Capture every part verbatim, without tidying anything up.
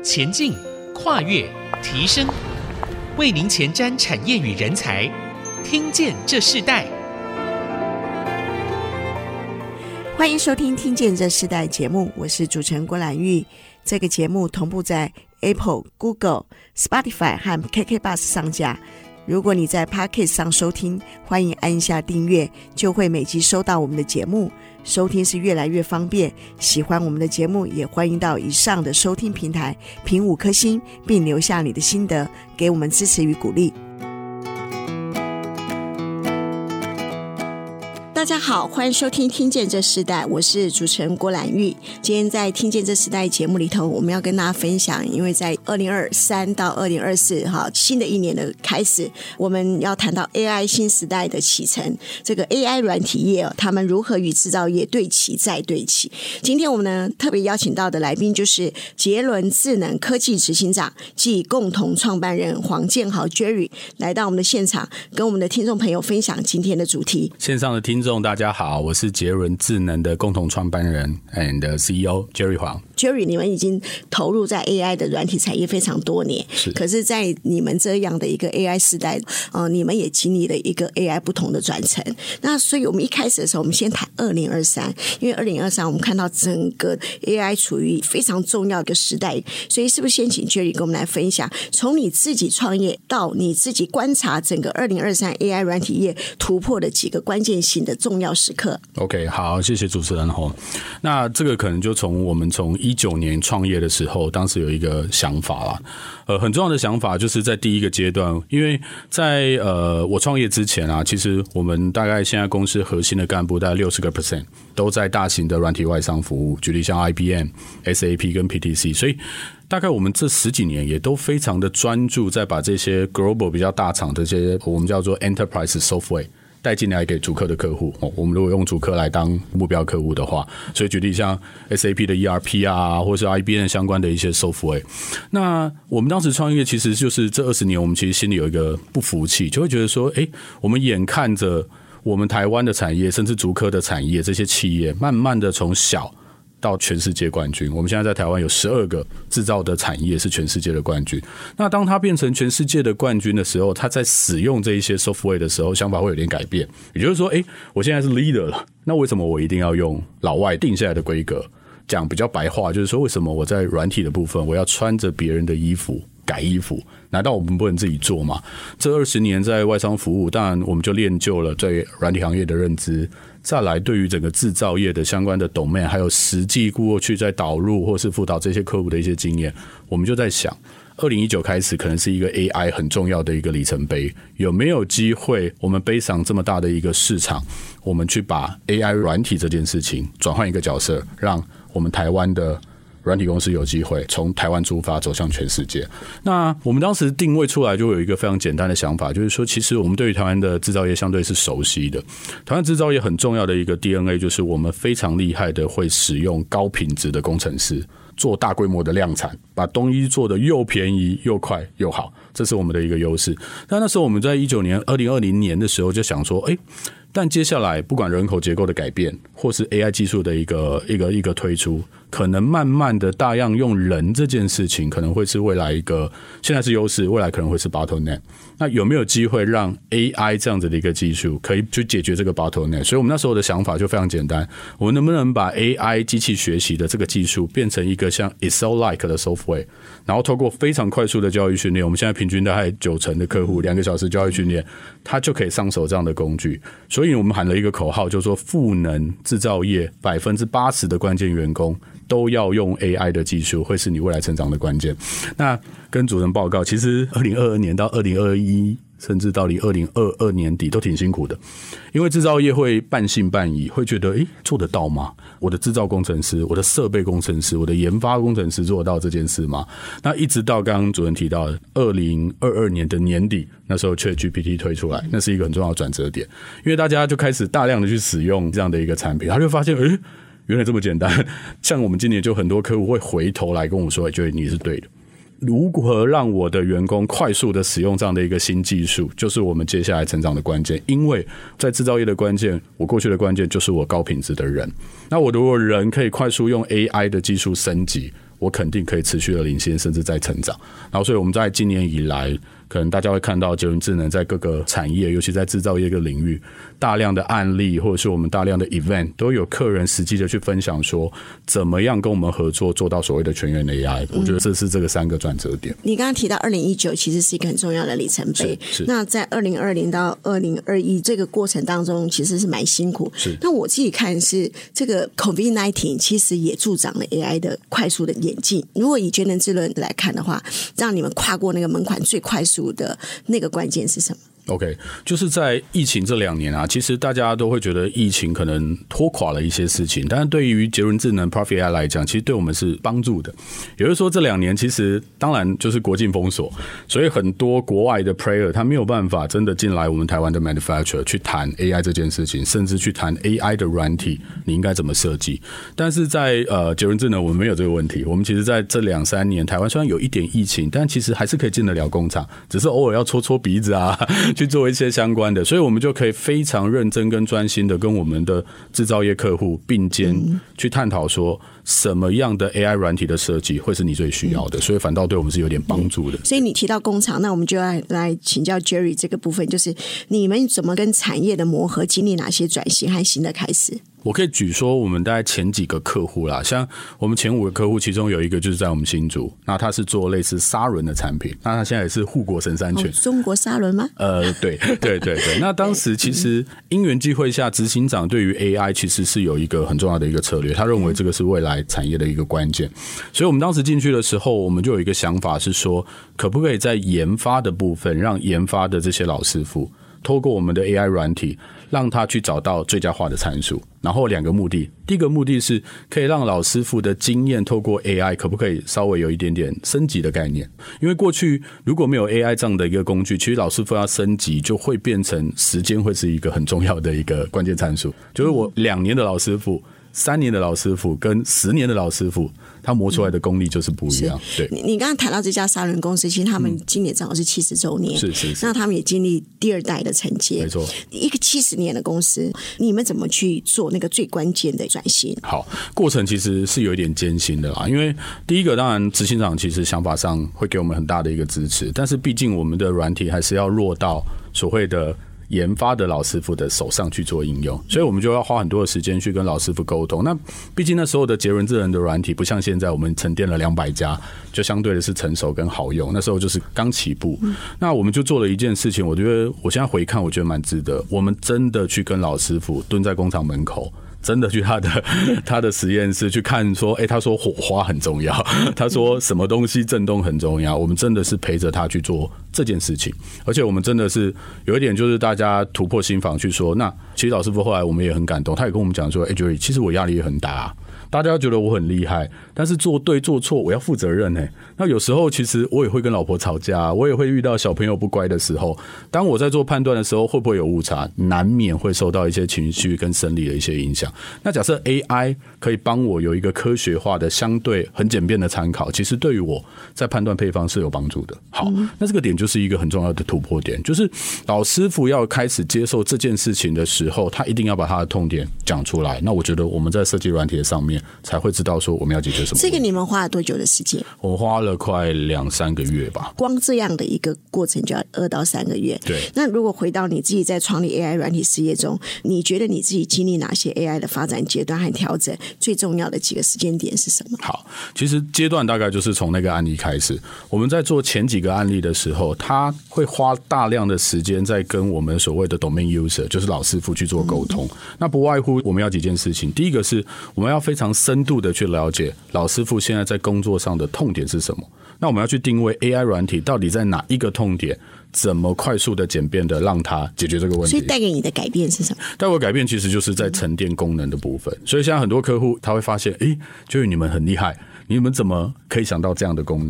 前进、跨越、提升，为您前瞻产业与人才，听见这世代。 欢迎收听《听见这世代》节目，我是主持人郭兰玉。这个节目同步在 Apple、Google、Spotify 和 K K Bus 上架。如果你在 Podcast 上收听，欢迎按一下订阅，就会每集收到我们的节目。收听是越来越方便，喜欢我们的节目，也欢迎到以上的收听平台评五颗星，并留下你的心得，给我们支持与鼓励。大家好，欢迎收听听见这世代，我是主持人郭兰玉。今天在听见这世代节目里头，我们要跟大家分享，因为在二零二三到二零二四哈新的一年的开始，我们要谈到 A I 新时代的启程，这个 A I 软体业、哦、他们如何与制造业对齐再对齐。今天我们呢特别邀请到的来宾就是杰伦智能科技执行长暨共同创办人黄建豪 Jerry 来到我们的现场，跟我们的听众朋友分享今天的主题。 线上的听众大家好，我是杰伦智能的共同创办人 and C E O Jerry 黄。 Jerry， 你们已经投入在 A I 的软体产业非常多年， 是可是在你们这样的一个 A I 时代、呃、你们也经历了一个 A I 不同的转程。那所以我们一开始的时候，我们先谈二零二三，因为二零二三我们看到整个 A I 处于非常重要的一个时代，所以是不是先请 Jerry 跟我们来分享，从你自己创业到你自己观察整个二零二三 A I 软体业突破的几个关键性的重要时刻。 OK， 好，谢谢主持人。那这个可能就从我们从一九年创业的时候，当时有一个想法啦，呃，很重要的想法就是在第一个阶段，因为在呃我创业之前啊，其实我们大概现在公司核心的干部大概 百分之六十 都在大型的软体外商服务，举例像 I B M、S A P 跟 P T C， 所以大概我们这十几年也都非常的专注在把这些 global 比较大厂的这些我们叫做 enterprise software带进来给主客的客户、哦、我们如果用主客来当目标客户的话，所以举例像 S A P 的 E R P 啊，或是 I B M 相关的一些 software。 那我们当时创业其实就是这二十年，我们其实心里有一个不服气，就会觉得说诶，我们眼看着我们台湾的产业甚至竹科的产业这些企业慢慢的从小到全世界冠军，我们现在在台湾有十二个制造的产业是全世界的冠军。那当它变成全世界的冠军的时候，它在使用这一些 software 的时候，想法会有点改变。也就是说，诶，我现在是 leader 了，那为什么我一定要用老外定下来的规格？讲比较白话，就是说，为什么我在软体的部分，我要穿着别人的衣服改衣服？难道我们不能自己做吗？这二十年在外商服务，当然我们就练就了对软体行业的认知。再来，对于整个制造业的相关的 domain， 还有实际过去在导入或是辅导这些客户的一些经验，我们就在想，二零一九开始可能是一个 A I 很重要的一个里程碑，有没有机会我们背上这么大的一个市场，我们去把 A I 软体这件事情转换一个角色，让我们台湾的软体公司有机会从台湾出发走向全世界。那我们当时定位出来就有一个非常简单的想法，就是说其实我们对于台湾的制造业相对是熟悉的，台湾制造业很重要的一个 D N A 就是我们非常厉害的会使用高品质的工程师做大规模的量产，把东西做得又便宜又快又好，这是我们的一个优势。那那时候我们在一九年二零二零年的时候就想说，诶，但接下来不管人口结构的改变或是 A I 技术的一个一个一个推出，可能慢慢的大量用人这件事情可能会是未来一个，现在是优势，未来可能会是 bottleneck。 那有没有机会让 A I 这样子的一个技术可以去解决这个 bottleneck？ 所以我们那时候的想法就非常简单，我们能不能把 A I 机器学习的这个技术变成一个像 Excel-like 的 software， 然后透过非常快速的教育训练，我们现在平均大概九成的客户两个小时教育训练，他就可以上手这样的工具。所以我们喊了一个口号，就是说赋能制造业 百分之八十 的关键员工都要用 A I 的技术，会是你未来成长的关键。那跟主任报告，其实二零二二年到二零二一甚至到二零二二年底都挺辛苦的，因为制造业会半信半疑，会觉得诶做得到吗？我的制造工程师、我的设备工程师、我的研发工程师做得到这件事吗？那一直到刚刚主任提到的二零二二年的年底，那时候 ChatGPT 推出来，那是一个很重要的转折点，因为大家就开始大量的去使用这样的一个产品，他就发现诶原来这么简单。像我们今年就很多客户会回头来跟我说，觉得你是对的，如何让我的员工快速的使用这样的一个新技术，就是我们接下来成长的关键。因为在制造业的关键，我过去的关键就是我高品质的人，那我如果人可以快速用 A I 的技术升级， 我肯定可以持续的领先，甚至在成长。然后，所以我们在今年以来，可能大家会看到捷伦智能在各个产业，尤其在制造业这个领域，大量的案例或者是我们大量的 event 都有客人实际的去分享说，怎么样跟我们合作做到所谓的全员 A I、嗯。我觉得这是这个三个转折点。 你刚刚提到二零一九其实是一个很重要的里程碑，那在二零二零到二零二一这个过程当中，其实是蛮辛苦。 是， 那我自己看是这个 COVID 十九 其实也助长了 A I 的快速的演进。如果以节能智能来看的话，让你们跨过那个门槛最快速的那个关键是什么？ OK， 就是在疫情这两年啊，其实大家都会觉得疫情可能拖垮了一些事情，但是对于捷伦智能 Profit A I 来讲，其实对我们是帮助的。也就是说，这两年其实当然就是国境封锁，所以很多国外的 player 他没有办法真的进来我们台湾的 manufacturer 去谈 A I 这件事情，甚至去谈 A I 的软体你应该怎么设计。但是在呃捷伦智能我们没有这个问题，我们其实在这两三年台湾虽然有一点疫情，但其实还是可以进得了工厂，只是偶尔要搓搓鼻子啊去做一些相关的，所以我们就可以非常认真跟专心的跟我们的制造业客户并肩去探讨说什么样的 A I 软体的设计会是你最需要的，所以反倒对我们是有点帮助的。 所以你提到工厂，那我们就要来请教 Jerry 这个部分，就是你们怎么跟产业的磨合，经历哪些转型和新的开始？ 我可以举说我们大概前几个客户啦，像我们前五个客户，其中有一个就是在我们新竹，那他是做类似砂轮的产品，那他现在也是护国神山犬、哦、 中国砂轮吗？ 呃，对对对对。那当时其实因缘际会下，执行长对于 A I 其实是有一个很重要的一个策略，他认为这个是未来产业的一个关键，所以我们当时进去的时候，我们就有一个想法是说，可不可以在研发的部分，让研发的这些老师傅透过我们的 A I 软体，让他去找到最佳化的参数。然后两个目的，第一个目的是可以让老师傅的经验透过 A I 可不可以稍微有一点点升级的概念，因为过去如果没有 A I 这样的一个工具，其实老师傅要升级就会变成时间会是一个很重要的一个关键参数，就是我两年的老师傅、三年的老师傅跟十年的老师傅，他磨出来的功力就是不一样。对， 你你刚刚谈到这家砂轮公司，其实他们今年正好是七十周年， 是是是， 那他们也经历第二代的承接， 没错。 一个七十年的公司，你们怎么去做那个最关键的转型？ 好，过程其实是有一点艰辛的啦，因为第一个当然执行长其实想法上会给我们很大的一个支持，但是毕竟我们的软体还是要落到所谓的研发的老师傅的手上去做应用，所以我们就要花很多的时间去跟老师傅沟通。那毕竟那时候的捷伦智能的软体不像现在我们沉淀了两百家，就相对的是成熟跟好用，那时候就是刚起步、嗯、那我们就做了一件事情，我觉得我现在回看我觉得蛮值得，我们真的去跟老师傅蹲在工厂门口，真的去他的他的实验室去看说，哎、欸，他说火花很重要，他说什么东西震动很重要，我们真的是陪着他去做这件事情，而且我们真的是有一点就是大家突破心防去说，那其实老师傅后来我们也很感动，他也跟我们讲说，哎、欸、，Jerry， 其实我压力也很大、啊。大家觉得我很厉害，但是做对做错我要负责任、欸、那有时候其实我也会跟老婆吵架，我也会遇到小朋友不乖的时候，当我在做判断的时候会不会有误差，难免会受到一些情绪跟生理的一些影响。那假设 A I 可以帮我有一个科学化的相对很简便的参考，其实对于我在判断配方是有帮助的。好，那这个点就是一个很重要的突破点，就是老师傅要开始接受这件事情的时候，他一定要把他的痛点讲出来。那我觉得我们在设计软体的上面才会知道说我们要解决什么。 这个你们花了多久的时间？ 我们花了快两三个月吧。 光这样的一个过程就要二到三个月。 对。 那如果回到你自己在创立 A I 软体事业中，你觉得你自己经历哪些 A I 的发展阶段和调整？最重要的几个时间点是什么？ 好，其实阶段大概就是从那个案例开始。我们在做前几个案例的时候，他会花大量的时间在跟我们所谓的 domain user， 就是老师傅去做沟通、嗯。那不外乎我们要几件事情。第一个是我们要非常深度的去了解老师傅现在在工作上的痛点是什么。那我们要去定位 A I 软体到底在哪一个痛点，怎么快速的简便的让它解决这个问题。 所以带给你的改变是什么？ 带给我改变其实就是在沉淀功能的部分。所以现在很多客户他会发现，诶，就是你们很厉害，你们怎么可以想到这样的功能？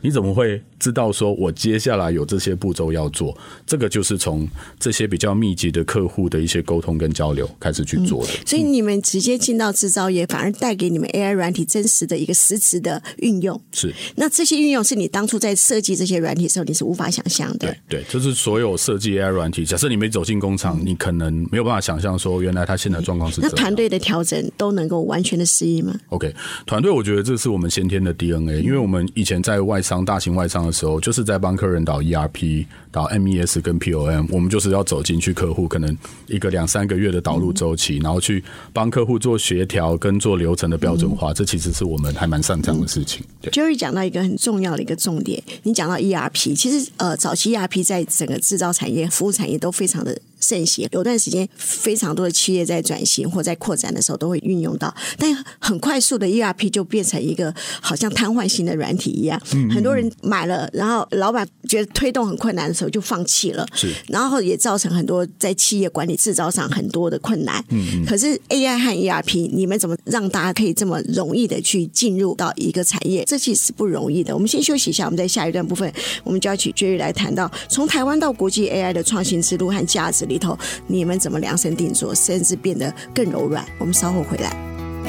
你怎么会知道说我接下来有这些步骤要做？这个就是从这些比较密集的客户的一些沟通跟交流开始去做的。 嗯、所以你们直接进到制造业，反而带给你们 A I 软体真实的一个实质的运用。 是， 那这些运用是你当初在设计这些软体的时候，你是无法想象的。 对对，就是所有设计 A I 软体，假设你没走进工厂，嗯、你可能没有办法想象说原来它现在的状况是这样。 那团队的调整都能够完全的适应吗 ？OK， 团队我觉得这是我们先天的 D N A， 因为我们以前在外商、大型外商的时候，就是在帮客人导 E R P、导 M E S 跟 P O M， 我们就是要走进去客户可能一个两三个月的导入周期，然后去帮客户做协调跟做流程的标准化，这其实是我们还蛮擅长的事情。 Jerry 讲到一个很重要的一个重点，你讲到 E R P， 其实呃，早期 E R P 在整个制造产业、服务产业都非常的盛行，有段时间非常多的企业在转型或在扩展的时候都会运用到，但很快速的 E R P 就变成一个好像瘫痪性的软体一样，嗯嗯嗯，很多人买了，然后老板觉得推动很困难的时候就放弃了， 是， 然后也造成很多在企业管理制造上很多的困难。嗯嗯，可是 A I 和 E R P， 你们怎么让大家可以这么容易的去进入到一个产业？这其实是不容易的。我们先休息一下，我们在下一段部分，我们就要请 Jerry 来谈到从台湾到国际 A I 的创新之路和价值里头，你们怎么量身定做，甚至变得更柔软。我们稍后回来。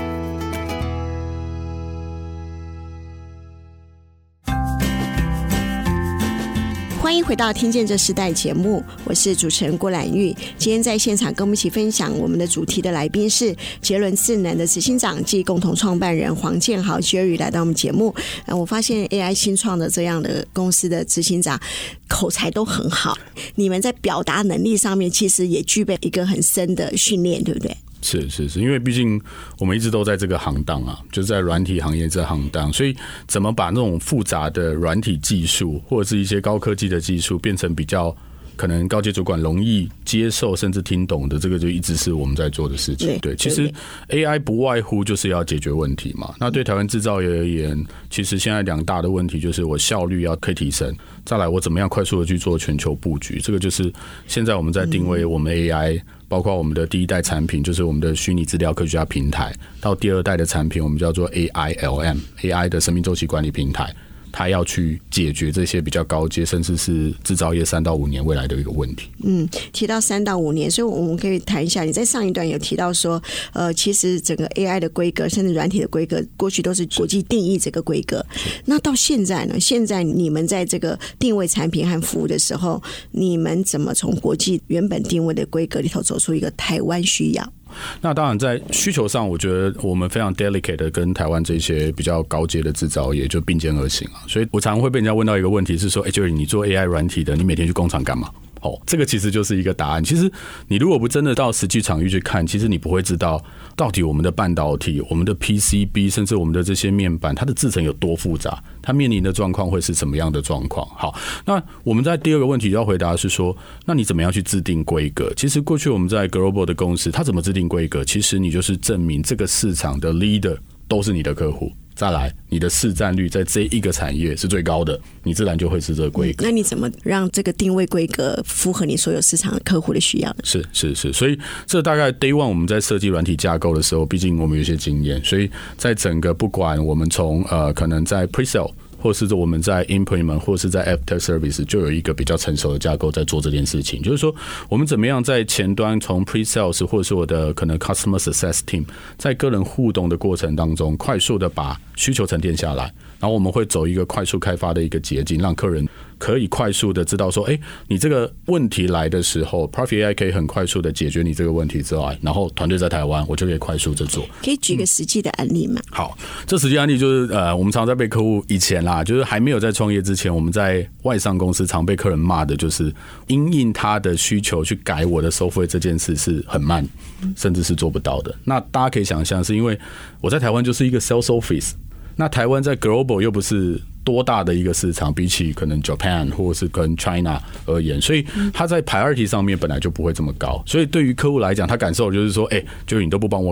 欢迎回到听见这时代节目，我是主持人郭兰玉。今天在现场跟我们一起分享我们的主题的来宾是杰伦智能的执行长暨共同创办人黄建豪 Jerry 来到我们节目。我发现 A I 新创的这样的公司的执行长口才都很好，你们在表达能力上面其实也具备一个很深的训练，对不对？ 是是是，因为毕竟我们一直都在这个行当啊，就是在软体行业这行当，所以怎么把那种复杂的软体技术或者是一些高科技的技术变成比较可能高阶主管容易接受甚至听懂的，这个就一直是我们在做的事情。 对, 对，其实 A I 不外乎就是要解决问题嘛。那对台湾制造业而言，其实现在两大的问题就是我效率要可以提升，再来我怎么样快速的去做全球布局，这个就是现在我们在定位我们 A I、嗯，包括我们的第一代产品，就是我们的虚拟资料科学家平台，到第二代的产品，我们叫做 A I L M，A I 的生命周期管理平台，它要去解决这些比较高阶，甚至是制造业三到五年未来的一个问题。嗯， 提到三到五年，所以我们可以谈一下。你在上一段有提到说，呃，其实整个 A I 的规格，甚至软体的规格，过去都是国际定义这个规格。那到现在呢？现在你们在这个定位产品和服务的时候，你们怎么从国际原本定位的规格里头走出一个台湾需要？ 那当然，在需求上，我觉得我们非常 delicate 的跟台湾这些比较高阶的制造业就并肩而行啊。所以我常常会被人家问到一个问题是说：“哎、欸、，Jerry， 你做 A I 软体的，你每天去工厂干嘛？”哦，这个其实就是一个答案。其实你如果不真的到实际场域去看，其实你不会知道到底我们的半导体、我们的 P C B， 甚至我们的这些面板，它的制程有多复杂，它面临的状况会是什么样的状况。好，那我们在第二个问题要回答的是说，那你怎么样去制定规格？其实过去我们在 Global 的公司，它怎么制定规格？其实你就是证明这个市场的 leader 都是你的客户。再来，你的市占率在这一个产业是最高的，你自然就会是这个规格。 那你怎么让这个定位规格符合你所有市场客户的需要呢？ 是是是，所以这大概 Day One 我们在设计软体架构的时候，毕竟我们有一些经验，所以在整个不管我们从呃可能在 Pre-sale，或是我们在 implement 或是在 after service 就有一个比较成熟的架构在做这件事情，就是说我们怎么样在前端从 pre-sales 或者是我的可能 customer success team 在个人互动的过程当中快速的把需求沉淀下来，然后我们会走一个快速开发的一个捷径，让客人可以快速的知道说，哎，你这个问题来的时候 Profit A I 可以很快速的解决你这个问题之外，然后团队在台湾我就可以快速的做。 可以举个实际的案例吗？ 嗯、好，这实际案例就是呃，我们常常在被客户以前啦，就是还没有在创业之前，我们在外商公司常被客人骂的就是因应他的需求去改我的收费这件事是很慢，甚至是做不到的。那大家可以想象，是因为我在台湾就是一个 sales office， 那台湾在 global 又不是多大的一个市场，比起可能 Japan 或者是跟 China 而言，所以它在 priority 上面本来就不会这么高。所以对于客户来讲，他感受就是说，哎、欸，就你都不帮我改，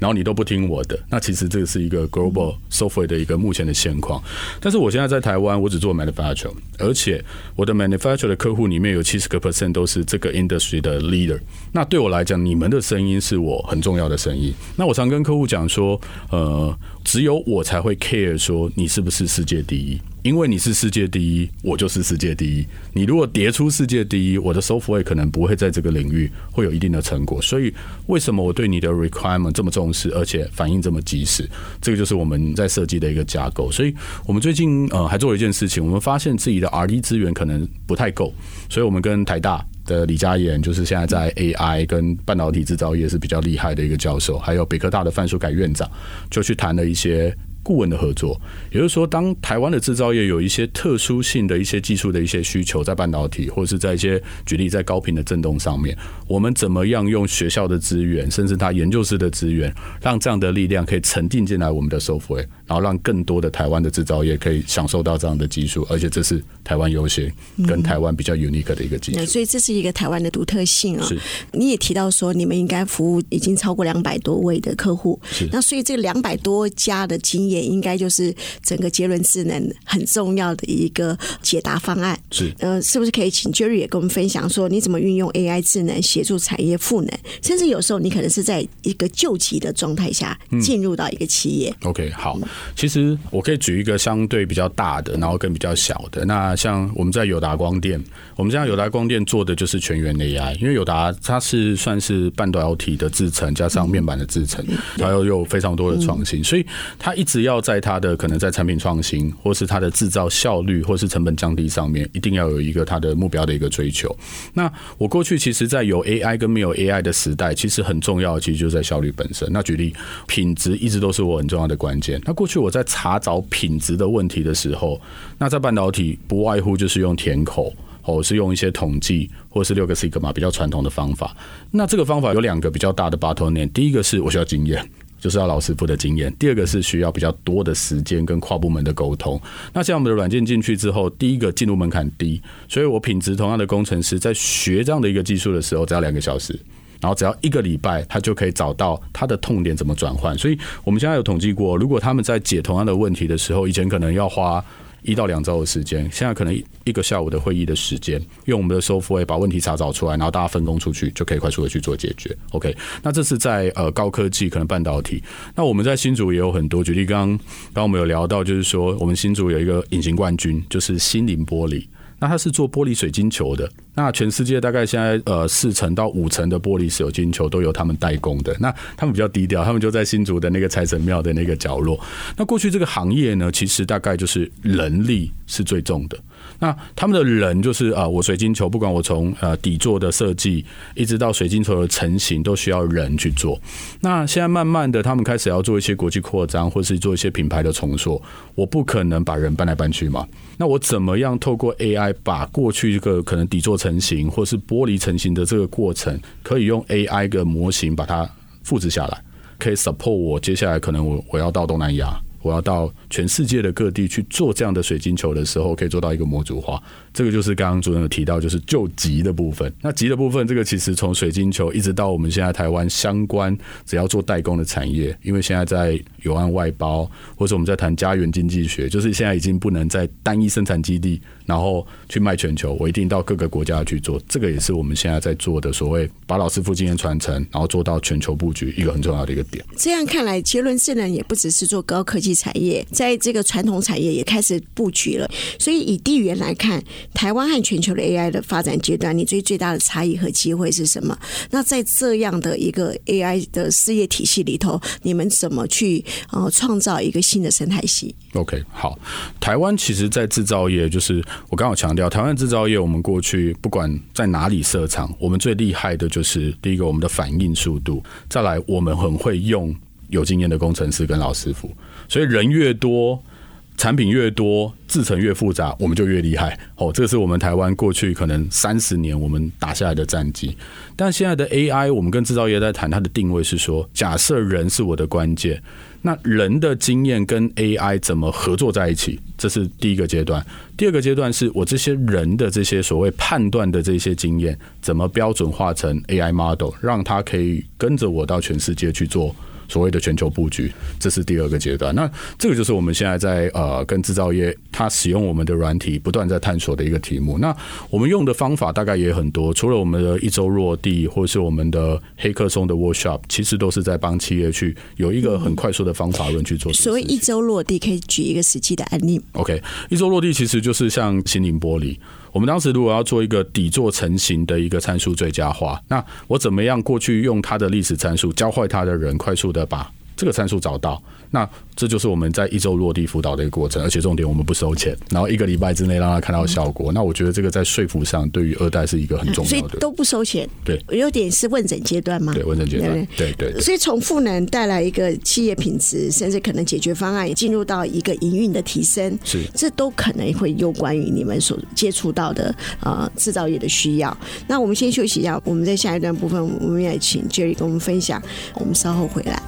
然后你都不听我的，那其实这个是一个 global software 的一个目前的现况。但是我现在在台湾，我只做 manufacture， 而且我的 manufacture 的客户里面有 百分之七十 都是这个 industry 的 leader。那对我来讲，你们的声音是我很重要的声音。那我常跟客户讲说，呃，只有我才会 care 说你是不是世界第一。因为你是世界第一，我就是世界第一。你如果跌出世界第一，我的 software 可能不会在这个领域会有一定的成果。所以，为什么我对你的 requirement 这么重视，而且反应这么及时？这个就是我们在设计的一个架构。所以我们最近呃还做了一件事情，我们发现自己的 R and D 资源可能不太够，所以我们跟台大的李嘉言，就是现在在 A I 跟半导体制造业是比较厉害的一个教授，还有北科大的范书凯院长，就去谈了一些顾问的合作。也就是说，当台湾的制造业有一些特殊性的一些技术的一些需求，在半导体或者是在一些举例在高频的振动上面，我们怎么样用学校的资源，甚至他研究室的资源，让这样的力量可以沉淀进来我们的 software， 然后让更多的台湾的制造业可以享受到这样的技术，而且这是台湾优先跟台湾比较 unique 的一个技术、嗯、 所以这是一个台湾的独特性啊、哦。你也提到说，你们应该服务已经超过两百多位的客户，那所以这两百多家的经验，也应该就是整个杰伦智能很重要的一个解答方案。 是， 呃，是不是可以请 Jerry 也跟我们分享说，你怎么运用 A I 智能协助产业赋能？甚至有时候你可能是在一个救急的状态下进入到一个企业。 嗯、OK， 好，其实我可以举一个相对比较大的，然后跟比较小的。那像我们在友达光电，我们现在友达光电做的就是全员 A I， 因为友达它是算是半导体的制程加上面板的制程，然后又有非常多的创新，所以它一直要在它的可能在产品创新，或是它的制造效率，或是成本降低上面，一定要有一个它的目标的一个追求。那我过去其实在有 A I 跟没有 A I 的时代，其实很重要的其实就是在效率本身。那举例，品质一直都是我很重要的关键。那过去我在查找品质的问题的时候，那在半导体不外乎就是用填口，或是用一些统计，或是六个 sigma 比较传统的方法。那这个方法有两个比较大的 bottleneck， 第一个是我需要经验，就是要老师傅的经验，第二个是需要比较多的时间跟跨部门的沟通。那像我们的软件进去之后，第一个进入门槛低，所以我品质同样的工程师在学这样的一个技术的时候，只要两个小时，然后只要一个礼拜，他就可以找到他的痛点怎么转换。所以我们现在有统计过，如果他们在解同样的问题的时候，以前可能要花一到两周的时间，现在可能一个下午的会议的时间，用我们的 software 把问题查找出来，然后大家分工出去，就可以快速的去做解决。OK， 那这是在呃高科技，可能半导体。那我们在新竹也有很多，举例刚刚刚我们有聊到，就是说我们新竹有一个隐形冠军，就是新林玻璃。那它是做玻璃水晶球的，那全世界大概现在呃四成到五成的玻璃水晶球都由他们代工的。那他们比较低调，他们就在新竹的那个财神庙的那个角落。那过去这个行业呢，其实大概就是人力是最重的。那他们的人就是啊、呃，我水晶球不管我从呃底座的设计，一直到水晶球的成型，都需要人去做。那现在慢慢的，他们开始要做一些国际扩张，或是做一些品牌的重塑。我不可能把人搬来搬去嘛。那我怎么样透过 A I 把过去这个可能底座成型，或是玻璃成型的这个过程，可以用 A I 的模型把它复制下来，可以 support 我接下来可能我我要到东南亚。我要到全世界的各地去做这样的水晶球的时候，可以做到一个模组化。这个就是刚刚主任有提到，就是救急的部分。那急的部分，这个其实从水晶球一直到我们现在台湾相关只要做代工的产业，因为现在在有案外包，或者我们在谈家园经济学，就是现在已经不能在单一生产基地然后去卖全球，我一定到各个国家去做。这个也是我们现在在做的所谓把老师傅经验传承，然后做到全球布局一个很重要的一个点。 这样看来，杰伦智能也不只是做高科技产业，在这个传统产业也开始布局了。所以以地缘来看，台湾和全球的 A I 的发展阶段，你最最大的差异和机会是什么？那在这样的一个 A I 的事业体系里头，你们怎么去呃创造一个新的生态系 ？OK， 好，台湾其实在制造业，就是我刚好强调，台湾制造业我们过去不管在哪里设厂，我们最厉害的就是第一个我们的反应速度，再来我们很会用有经验的工程师跟老师傅，所以人越多，产品越多，制程越复杂，我们就越厉害。哦，这是我们台湾过去可能三十年我们打下来的战绩。但现在的 A I， 我们跟制造业在谈，它的定位是说，假设人是我的关键，那人的经验跟 A I 怎么合作在一起？这是第一个阶段。第二个阶段是我这些人的这些所谓判断的这些经验，怎么标准化成 A I model， 让它可以跟着我到全世界去做所谓的全球布局，这是第二个阶段。那这个就是我们现在在呃跟制造业它使用我们的软体不断在探索的一个题目。那我们用的方法大概也很多，除了我们的一周落地，或是我们的黑客松的 workshop， 其实都是在帮企业去有一个很快速的方法论去做。 所谓一周落地，可以举一个实际的案例。 OK， 一周落地其实就是像心灵玻璃。我们当时如果要做一个底座成型的一个参数最佳化，那我怎么样过去用它的历史参数教坏它的人，快速的把这个参数找到，那这就是我们在一周落地辅导的一个过程，而且重点我们不收钱，然后一个礼拜之内让他看到效果。那我觉得这个在说服上对于二代是一个很重要的， 所以都不收钱。 对， 有点是问诊阶段吗？ 对，问诊阶段，对 对, 对。 所以从赋能带来一个企业品质，甚至可能解决方案，也进入到一个营运的提升， 是这都可能会有关于你们所接触到的呃制造业的需要。那我们先休息一下，我们在下一段部分，我们也请 Jerry 跟我们分享，我们稍后回来。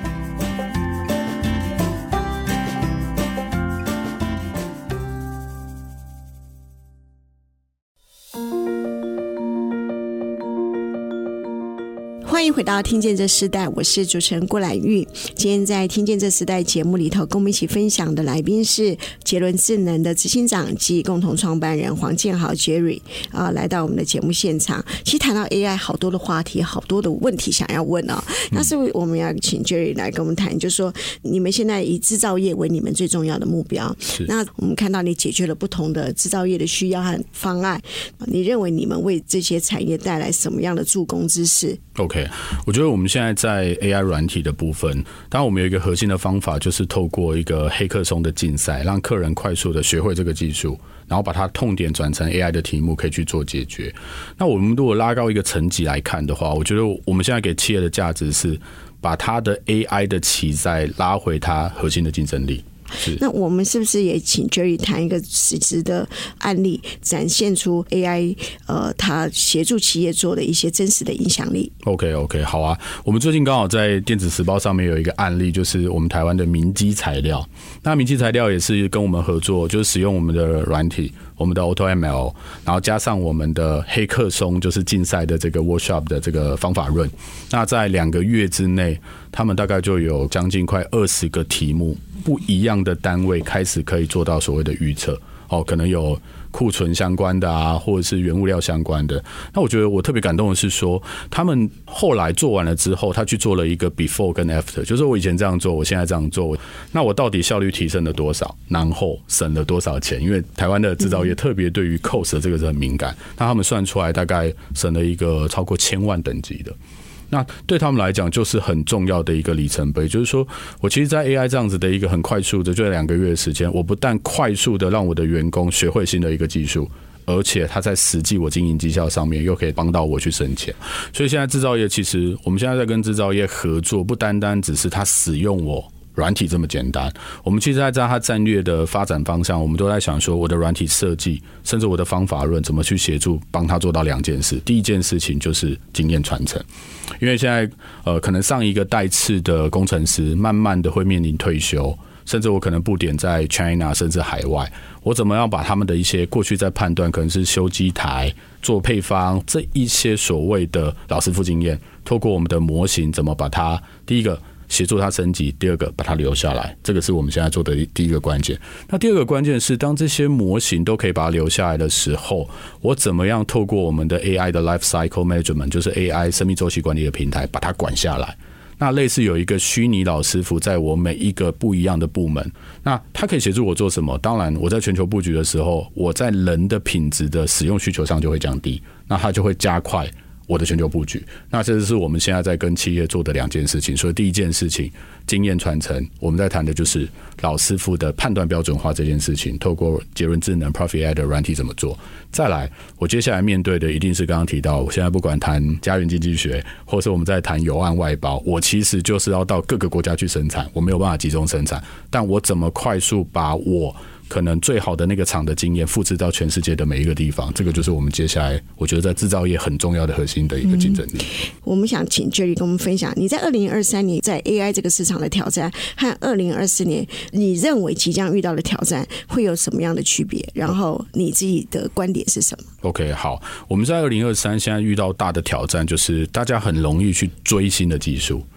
欢迎回到听见这时代，我是主持人郭兰玉。今天在听见这时代节目里头，跟我们一起分享的来宾是杰伦智能的执行长及共同创办人黄建豪 Jerry 啊，来到我们的节目现场。其实谈到 A I， 好多的话题，好多的问题想要问哦。那是我们要请 Jerry 来跟我们谈，就是说你们现在以制造业为你们最重要的目标。那我们看到你解决了不同的制造业的需要和方案，你认为你们为这些产业带来什么样的助攻之事 ？OK。我觉得我们现在在 A I 软体的部分，当然我们有一个核心的方法，就是透过一个黑客松的竞赛，让客人快速的学会这个技术，然后把它痛点转成 A I 的题目，可以去做解决。那我们如果拉高一个层级来看的话，我觉得我们现在给企业的价值是把它的 A I 的期待拉回它核心的竞争力。 那我们是不是也请 Jerry 谈一个实质的案例，展现出 A I 呃，它协助企业做的一些真实的影响力 ？OK OK， 好啊。我们最近刚好在电子时报上面有一个案例，就是我们台湾的明基材料。那明基材料也是跟我们合作，就是使用我们的软体，我们的 AutoML， 然后加上我们的黑客松，就是竞赛的这个 workshop 的这个方法论。那在两个月之内，他们大概就有将近快二十个题目，不一样的单位开始可以做到所谓的预测。哦，可能有库存相关的啊，或者是原物料相关的。那我觉得我特别感动的是说，他们后来做完了之后，他去做了一个 before 跟 after， 就是我以前这样做，我现在这样做，那我到底效率提升了多少，然后省了多少钱？因为台湾的制造业特别对于 cost 这个是很敏感，那他们算出来大概省了一个超过千万等级的。那对他们来讲就是很重要的一个里程碑，就是说我其实在 A I 这样子的一个很快速的就在两个月的时间，我不但快速的让我的员工学会新的一个技术，而且他在实际我经营绩效上面又可以帮到我去省钱。所以现在制造业其实我们现在在跟制造业合作，不单单只是他使用我软体这么简单，我们其实在它战略的发展方向，我们都在想说我的软体设计，甚至我的方法论怎么去协助帮他做到两件事。第一件事情就是经验传承，因为现在呃可能上一个代次的工程师慢慢的会面临退休，甚至我可能布点在 China 甚至海外，我怎么样把他们的一些过去在判断可能是修机台、做配方这一些所谓的老师傅经验，透过我们的模型怎么把它第一个协助它升级，第二个把它留下来，这个是我们现在做的第一个关键。那第二个关键是，当这些模型都可以把它留下来的时候，我怎么样透过我们的 A I 的 Life Cycle Management， 就是 A I 生命周期管理的平台，把它管下来。那类似有一个虚拟老师傅在我每一个不一样的部门，那他可以协助我做什么？当然，我在全球布局的时候，我在人的品质的使用需求上就会降低，那它就会加快我的全球布局。那这是我们现在在跟企业做的两件事情。所以第一件事情，经验传承，我们在谈的就是老师傅的判断标准化这件事情，透过杰伦智能 Profit Ad 的软体怎么做。再来，我接下来面对的一定是刚刚提到，我现在不管谈家园经济学，或是我们在谈油岸外包，我其实就是要到各个国家去生产，我没有办法集中生产，但我怎么快速把我可能最好的那个厂的经验复制到全世界的每一个地方，这个就是我们接下来我觉得在制造业很重要的核心的一个竞争力。嗯、 我们想请 Jerry 跟我们分享，你在二零二三年在 A I 这个市场的挑战和二零二四年你认为即将遇到的挑战会有什么样的区别？然后你自己的观点是什么 ？OK， 好，我们在二零二三现在遇到大的挑战就是大家很容易去追新的技术。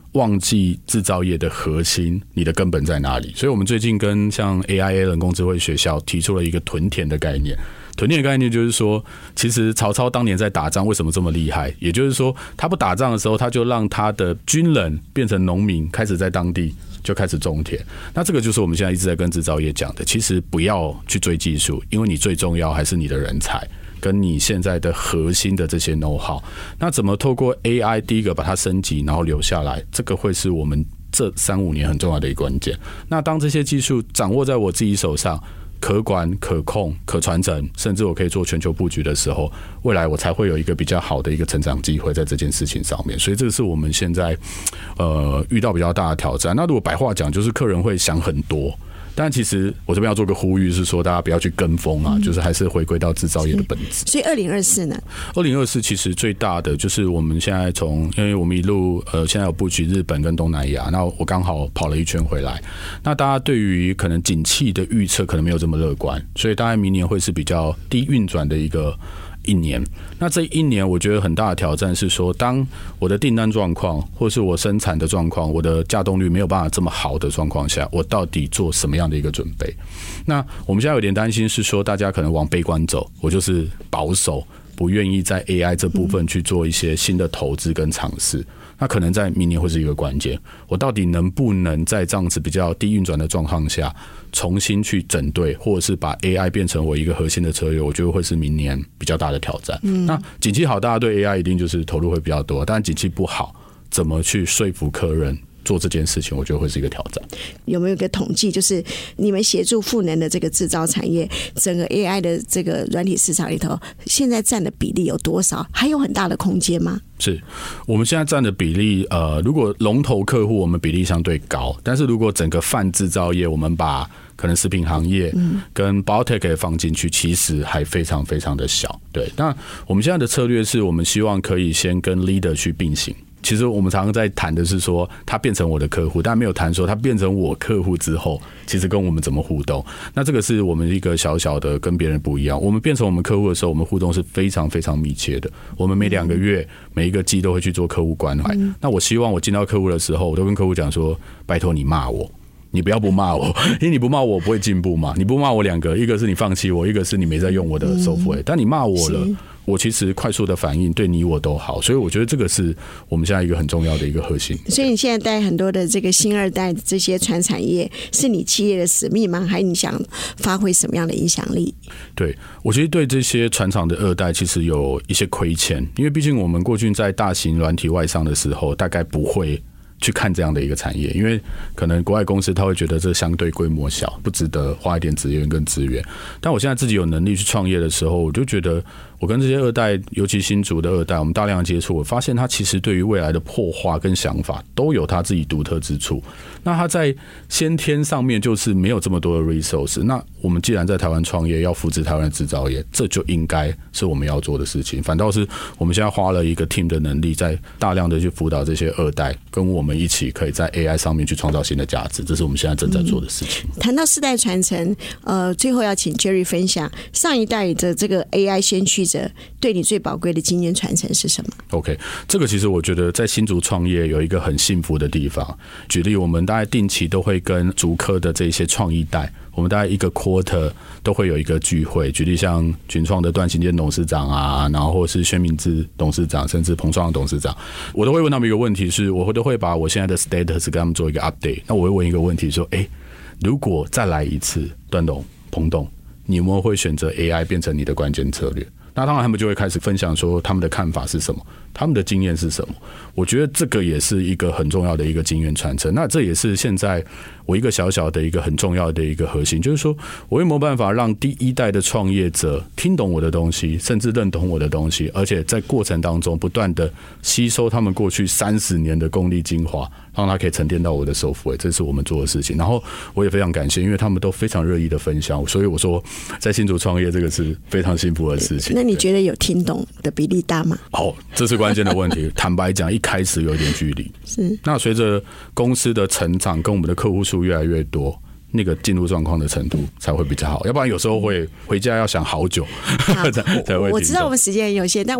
忘记制造业的核心，你的根本在哪里？所以我们最近跟像 A I A 人工智慧学校提出了一个屯田的概念。屯田的概念就是说，其实曹操当年在打仗为什么这么厉害？也就是说，他不打仗的时候，他就让他的军人变成农民，开始在当地就开始种田。那这个就是我们现在一直在跟制造业讲的，其实不要去追技术，因为你最重要还是你的人才跟你现在的核心的这些 know how。 那怎么透过 A I 第一个把它升级然后留下来，这个会是我们这三五年很重要的一个关键。那当这些技术掌握在我自己手上，可管、可控、可传承，甚至我可以做全球布局的时候，未来我才会有一个比较好的一个成长机会在这件事情上面。所以这个是我们现在呃遇到比较大的挑战。那如果白话讲，就是客人会想很多，但其实我这边要做个呼吁，是说大家不要去跟风啊，就是还是回归到制造业的本质。 所以二零二四呢？ 二零二四其实最大的就是我们现在从，因为我们一路呃现在有布局日本跟东南亚，那我刚好跑了一圈回来。那大家对于可能景气的预测可能没有这么乐观，所以大概明年会是比较低运转的一个一年。那这一年我觉得很大的挑战是说，当我的订单状况或是我生产的状况，我的稼动率没有办法这么好的状况下，我到底做什么样的一个准备？那我们现在有点担心是说，大家可能往悲观走，我就是保守，不愿意在 A I 这部分去做一些新的投资跟尝试。那可能在明年会是一个关键，我到底能不能在这样子比较低运转的状况下，重新去整队，或者是把 A I 变成我一个核心的策略，我觉得会是明年比较大的挑战。嗯、那景气好，大家对 A I 一定就是投入会比较多，但景气不好，怎么去说服客人做这件事情，我觉得会是一个挑战。 有没有一个统计，就是你们协助赋能的这个制造产业，整个 A I 的这个软体市场里头，现在占的比例有多少？还有很大的空间吗？ 是我们现在占的比例，呃，如果龙头客户我们比例相对高，但是如果整个泛制造业，我们把可能食品行业跟 Biotech 也放进去，其实还非常非常的小。对，那我们现在的策略是我们希望可以先跟 leader 去并行。其实我们常常在谈的是说，他变成我的客户，但没有谈说他变成我客户之后，其实跟我们怎么互动。那这个是我们一个小小的跟别人不一样。我们变成我们客户的时候，我们互动是非常非常密切的。我们每两个月、每一个季都会去做客户关怀。那我希望我进到客户的时候，我都跟客户讲说：拜托你骂我。你不要不骂我，因为你不骂我，我不会进步嘛。你不骂我两个，一个是你放弃我，一个是你没在用我的 software。但你骂我了，我其实快速的反应对你我都好，所以我觉得这个是我们现在一个很重要的一个核心。 所以你现在带很多的这个新二代这些传产业，是你企业的使命吗？还是你想发挥什么样的影响力？ 对，我其实对这些传厂的二代其实有一些亏欠，因为毕竟我们过去在大型软体外商的时候，大概不会去看这样的一个产业，因为可能国外公司他会觉得这相对规模小，不值得花一点资源跟资源。但我现在自己有能力去创业的时候，我就觉得我跟这些二代，尤其新竹的二代，我们大量的接触，我发现他其实对于未来的破化跟想法都有他自己独特之处。那他在先天上面就是没有这么多的 resource。那我们既然在台湾创业，要扶持台湾的制造业，这就应该是我们要做的事情。反倒是我们现在花了一个 team 的能力，在大量的去辅导这些二代，跟我们一起可以在 A I 上面去创造新的价值，这是我们现在正在做的事情。 谈到世代传承，呃，最后要请 Jerry 分享上一代的这个 A I 先驱者对你最宝贵的经验传承是什么 ？OK， 这个其实我觉得在新竹创业有一个很幸福的地方。举例，我们大概定期都会跟竹科的这些创意代，我们大概一个 quarter 都会有一个聚会。举例像群创的段行健董事长啊，然后或是宣明志董事长，甚至鹏创的董事长，我都会问他们一个问题是，我都会把我现在的 status 跟他们做一个 update。那我会问一个问题说，哎，如果再来一次，段董、彭董，你们会选择 A I 变成你的关键策略？那当然他们就会开始分享说他们的看法是什么，他们的经验是什么。我觉得这个也是一个很重要的一个经验传承。那这也是现在我一个小小的一个很重要的一个核心，就是说我有没有办法让第一代的创业者听懂我的东西，甚至认同我的东西，而且在过程当中不断的吸收他们过去三十年的功力精华，让他可以沉淀到我的手幅，这是我们做的事情。然后我也非常感谢，因为他们都非常热意的分享，所以我说在新竹创业这个是非常幸福的事情。 那你觉得有听懂的比例大吗？ 哦，这是关键的问题。坦白讲，一开始有一点距离。 是。那随着公司的成长跟我们的客户数越来越多，那个进入状况的程度才会比较好。要不然有时候会回家要想好久才会。 我知道我们时间很有限，但我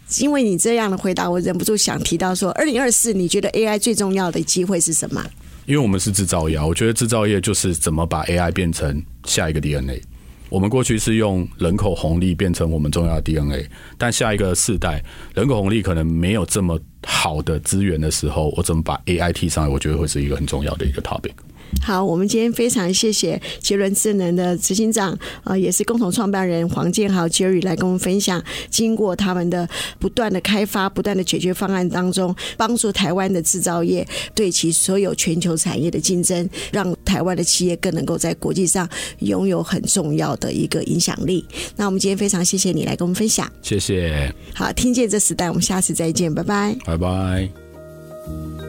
因为你这样的回答，我忍不住想提到说，二零二四你觉得 A I 最重要的机会是什么？ 因为我们是制造业，我觉得制造业就是怎么把 A I 变成下一个 D N A。我们过去是用人口红利变成我们重要的 D N A， 但下一个世代人口红利可能没有这么好的资源的时候，我怎么把 A I 提上来，我觉得会是一个很重要的一个 topic。 好，我们今天非常谢谢杰伦智能的执行长、呃、也是共同创办人黄建豪 Jerry 来跟我们分享，经过他们的不断的开发、不断的解决方案当中，帮助台湾的制造业对其所有全球产业的竞争，让台湾的企业更能够在国际上拥有很重要的一个影响力。那我们今天非常谢谢你来跟我们分享， 谢谢。 好，听见这时代，我们下次再见，拜拜， 拜拜。